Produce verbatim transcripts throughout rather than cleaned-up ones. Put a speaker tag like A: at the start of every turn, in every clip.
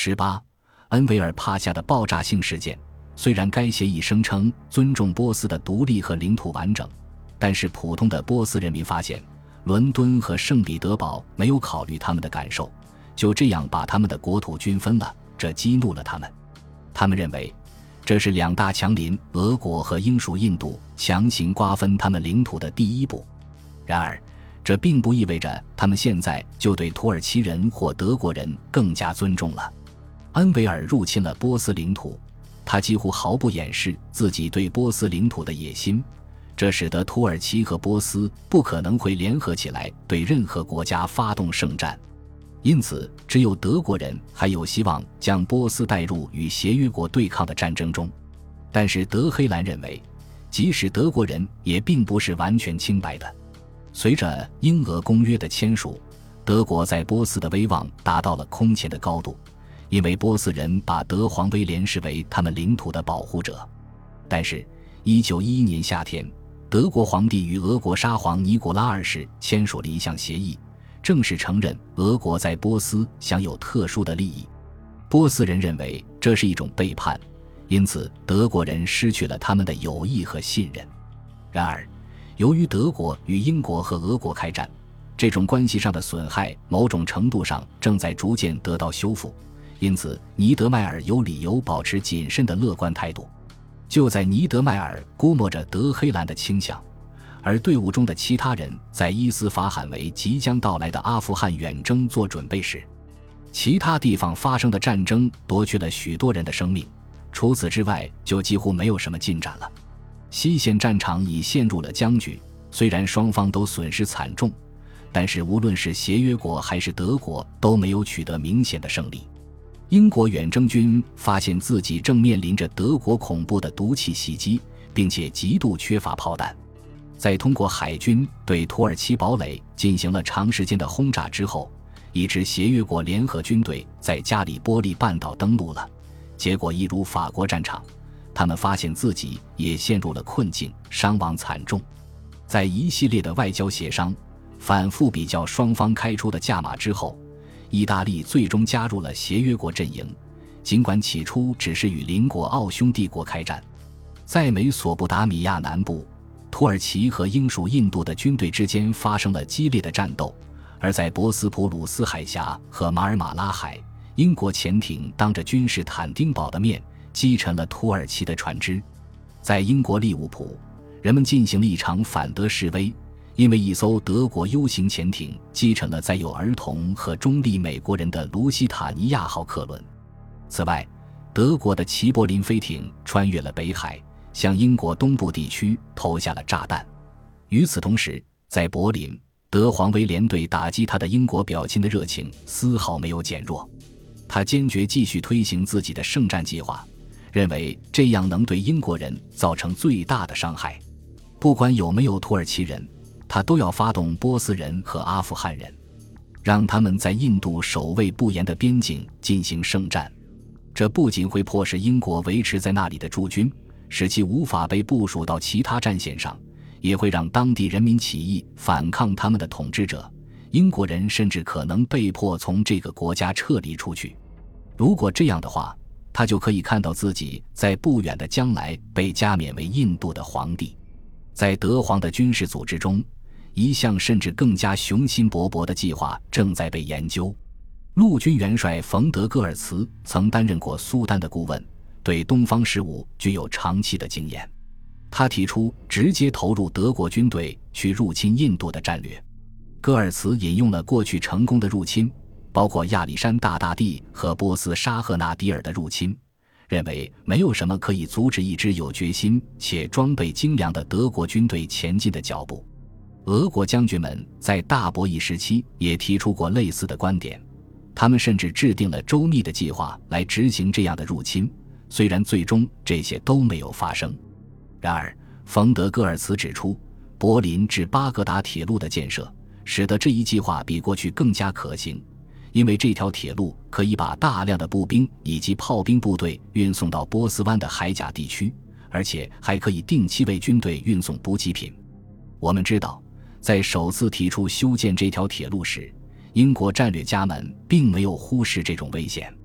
A: 十八恩维尔帕夏的爆炸性事件，虽然该协议声称尊重波斯的独立和领土完整，但是普通的波斯人民发现伦敦和圣彼得堡没有考虑他们的感受，就这样把他们的国土均分了，这激怒了他们。他们认为这是两大强邻俄国和英属印度强行瓜分他们领土的第一步。然而这并不意味着他们现在就对土耳其人或德国人更加尊重了。恩维尔入侵了波斯领土，他几乎毫不掩饰自己对波斯领土的野心，这使得土耳其和波斯不可能会联合起来对任何国家发动圣战，因此只有德国人还有希望将波斯带入与协约国对抗的战争中。但是德黑兰认为，即使德国人也并不是完全清白的。随着英俄公约的签署，德国在波斯的威望达到了空前的高度，因为波斯人把德皇威廉视为他们领土的保护者。但是一九一一年夏天，德国皇帝与俄国沙皇尼古拉二世签署了一项协议，正式承认俄国在波斯享有特殊的利益。波斯人认为这是一种背叛，因此德国人失去了他们的友谊和信任。然而由于德国与英国和俄国开战，这种关系上的损害某种程度上正在逐渐得到修复，因此尼德迈尔有理由保持谨慎的乐观态度。就在尼德迈尔估摸着德黑兰的倾向，而队伍中的其他人在伊斯法罕为即将到来的阿富汗远征做准备时，其他地方发生的战争夺去了许多人的生命，除此之外就几乎没有什么进展了。西线战场已陷入了僵局，虽然双方都损失惨重，但是无论是协约国还是德国都没有取得明显的胜利。英国远征军发现自己正面临着德国恐怖的毒气袭击，并且极度缺乏炮弹。在通过海军对土耳其堡垒进行了长时间的轰炸之后，一支协约国联合军队在加里波利半岛登陆了，结果一如法国战场，他们发现自己也陷入了困境，伤亡惨重。在一系列的外交协商、反复比较双方开出的价码之后，意大利最终加入了协约国阵营，尽管起初只是与邻国奥匈帝国开战。在美索不达米亚南部，土耳其和英属印度的军队之间发生了激烈的战斗，而在博斯普鲁斯海峡和马尔马拉海，英国潜艇当着君士坦丁堡的面击沉了土耳其的船只。在英国利物浦，人们进行了一场反德示威，因为一艘德国 U 型潜艇击沉了载有儿童和中立美国人的卢西塔尼亚号客轮。此外，德国的齐柏林飞艇穿越了北海，向英国东部地区投下了炸弹。与此同时，在柏林，德皇威廉对打击他的英国表亲的热情丝毫没有减弱，他坚决继续推行自己的圣战计划，认为这样能对英国人造成最大的伤害。不管有没有土耳其人，他都要发动波斯人和阿富汗人，让他们在印度守卫不严的边境进行圣战。这不仅会迫使英国维持在那里的驻军，使其无法被部署到其他战线上，也会让当地人民起义反抗他们的统治者，英国人甚至可能被迫从这个国家撤离出去。如果这样的话，他就可以看到自己在不远的将来被加冕为印度的皇帝。在德皇的军事组织中，一项甚至更加雄心勃勃的计划正在被研究。陆军元帅冯德戈尔茨曾担任过苏丹的顾问，对东方事务具有长期的经验。他提出直接投入德国军队去入侵印度的战略。戈尔茨引用了过去成功的入侵，包括亚历山大大帝和波斯沙赫纳迪尔的入侵，认为没有什么可以阻止一支有决心且装备精良的德国军队前进的脚步。俄国将军们在大博弈时期也提出过类似的观点，他们甚至制定了周密的计划来执行这样的入侵，虽然最终这些都没有发生。然而冯德戈尔茨指出，柏林至巴格达铁路的建设使得这一计划比过去更加可行，因为这条铁路可以把大量的步兵以及炮兵部队运送到波斯湾的海甲地区，而且还可以定期为军队运送补给品。我们知道，在首次提出修建这条铁路时，英国战略家们并没有忽视这种危险。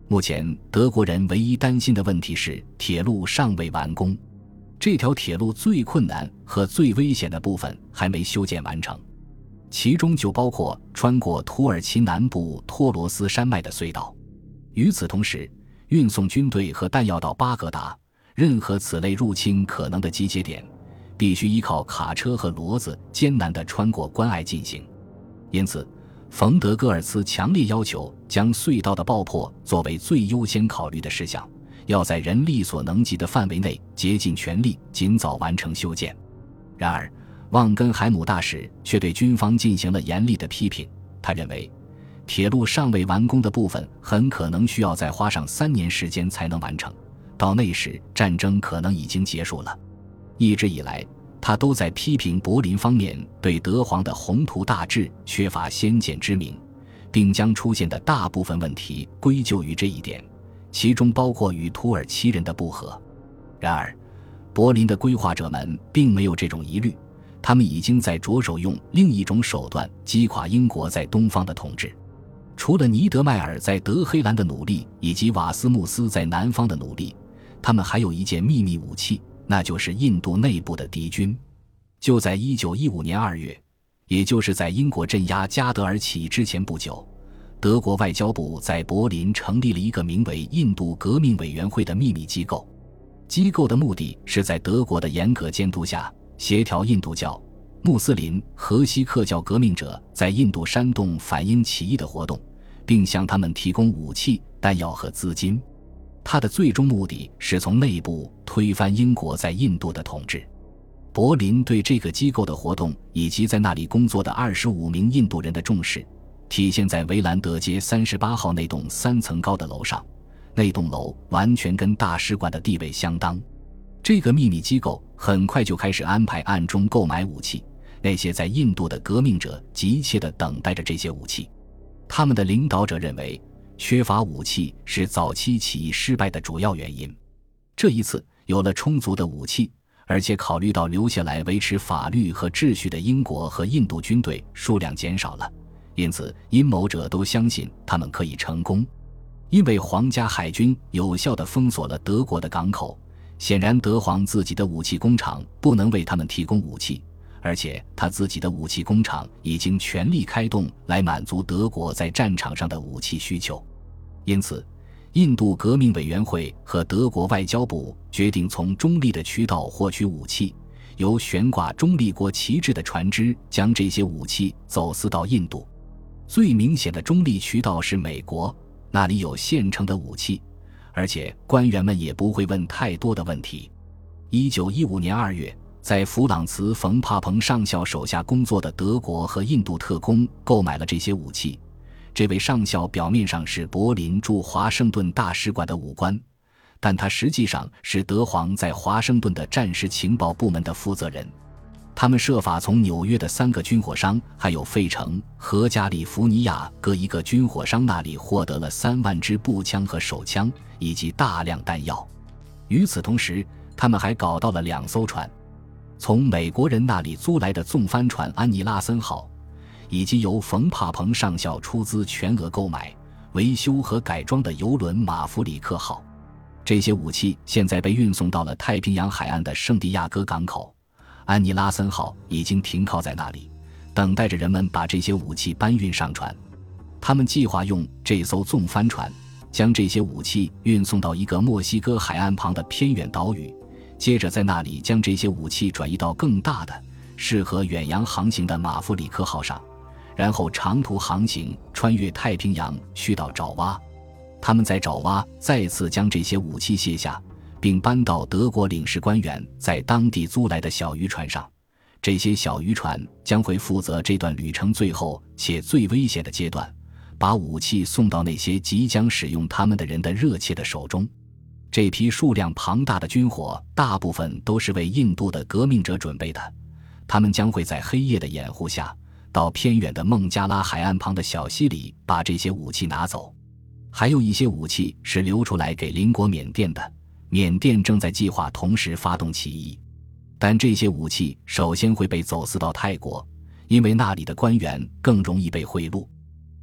A: 目前德国人唯一担心的问题是铁路尚未完工，这条铁路最困难和最危险的部分还没修建完成，其中就包括穿过土耳其南部托罗斯山脉的隧道。与此同时，运送军队和弹药到巴格达，任何此类入侵可能的集结点必须依靠卡车和骡子艰难地穿过关隘进行。因此冯德戈尔茨强烈要求将隧道的爆破作为最优先考虑的事项，要在人力所能及的范围内竭尽全力尽早完成修建。然而旺根海姆大使却对军方进行了严厉的批评，他认为铁路尚未完工的部分很可能需要再花上三年时间才能完成，到那时战争可能已经结束了。一直以来他都在批评柏林方面对德皇的宏图大志缺乏先见之明，并将出现的大部分问题归咎于这一点，其中包括与土耳其人的不和。然而柏林的规划者们并没有这种疑虑，他们已经在着手用另一种手段击垮英国在东方的统治。除了尼德迈尔在德黑兰的努力以及瓦斯穆斯在南方的努力，他们还有一件秘密武器，那就是印度内部的敌军。就在一九一五年二月，也就是在英国镇压加德尔起义之前不久，德国外交部在柏林成立了一个名为印度革命委员会的秘密机构。机构的目的是在德国的严格监督下，协调印度教、穆斯林和锡克教革命者在印度煽动反英起义的活动，并向他们提供武器、弹药和资金。它的最终目的是从内部推翻英国在印度的统治。柏林对这个机构的活动以及在那里工作的二十五名印度人的重视，体现在维兰德街三十八号那栋三层高的楼上。那栋楼完全跟大使馆的地位相当。这个秘密机构很快就开始安排暗中购买武器，那些在印度的革命者急切地等待着这些武器。他们的领导者认为缺乏武器是早期起义失败的主要原因。这一次有了充足的武器，而且考虑到留下来维持法律和秩序的英国和印度军队数量减少了，因此阴谋者都相信他们可以成功。因为皇家海军有效地封锁了德国的港口，显然德皇自己的武器工厂不能为他们提供武器，而且他自己的武器工厂已经全力开动来满足德国在战场上的武器需求。因此印度革命委员会和德国外交部决定从中立的渠道获取武器，由悬挂中立国旗帜的船只将这些武器走私到印度。最明显的中立渠道是美国，那里有现成的武器，而且官员们也不会问太多的问题。一九一五年二月，在弗朗茨·冯·帕彭上校手下工作的德国和印度特工购买了这些武器。这位上校表面上是柏林驻华盛顿大使馆的武官，但他实际上是德皇在华盛顿的战时情报部门的负责人。他们设法从纽约的三个军火商还有费城和加利福尼亚各一个军火商那里获得了三万支步枪和手枪以及大量弹药。与此同时，他们还搞到了两艘船，从美国人那里租来的纵帆船安妮拉森号，以及由冯帕彭上校出资全额购买、维修和改装的邮轮马弗里克号。这些武器现在被运送到了太平洋海岸的圣地亚哥港口，安妮拉森号已经停靠在那里，等待着人们把这些武器搬运上船。他们计划用这艘纵帆船将这些武器运送到一个墨西哥海岸旁的偏远岛屿，接着在那里将这些武器转移到更大的适合远洋航行的马弗里克号上，然后长途航行穿越太平洋去到爪哇。他们在爪哇再次将这些武器卸下，并搬到德国领事官员在当地租来的小渔船上。这些小渔船将会负责这段旅程最后且最危险的阶段，把武器送到那些即将使用它们的人的热切的手中。这批数量庞大的军火大部分都是为印度的革命者准备的，他们将会在黑夜的掩护下到偏远的孟加拉海岸旁的小溪里把这些武器拿走。还有一些武器是留出来给邻国缅甸的，缅甸正在计划同时发动起义，但这些武器首先会被走私到泰国，因为那里的官员更容易被贿赂。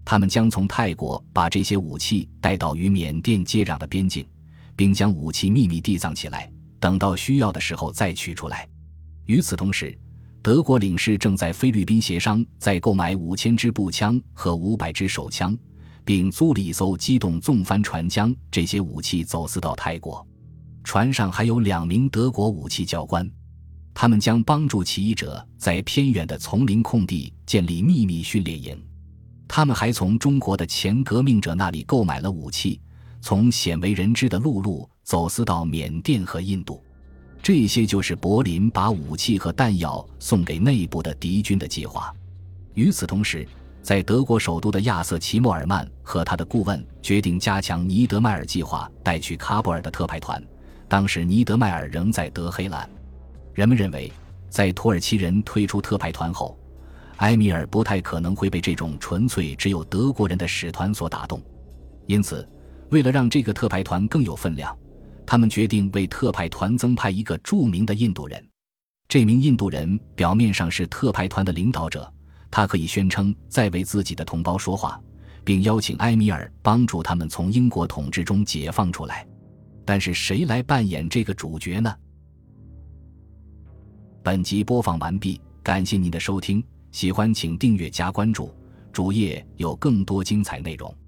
A: 他们将从泰国把这些武器带到与缅甸接壤的边境，并将武器秘密地藏起来，等到需要的时候再取出来。与此同时，德国领事正在菲律宾协商再购买五千支步枪和五百支手枪，并租了一艘机动纵帆船将这些武器走私到泰国。船上还有两名德国武器教官，他们将帮助起义者在偏远的丛林空地建立秘密训练营。他们还从中国的前革命者那里购买了武器，从鲜为人知的陆路走私到缅甸和印度。这些就是柏林把武器和弹药送给内部的敌军的计划。与此同时，在德国首都的亚瑟·齐默尔曼和他的顾问决定加强尼德迈尔计划带去喀布尔的特派团，当时尼德迈尔仍在德黑兰。人们认为，在土耳其人退出特派团后，埃米尔不太可能会被这种纯粹只有德国人的使团所打动，因此为了让这个特派团更有分量，他们决定为特派团增派一个著名的印度人。这名印度人表面上是特派团的领导者，他可以宣称在为自己的同胞说话，并邀请埃米尔帮助他们从英国统治中解放出来。但是谁来扮演这个主角呢？本集播放完毕，感谢您的收听，喜欢请订阅加关注，主页有更多精彩内容。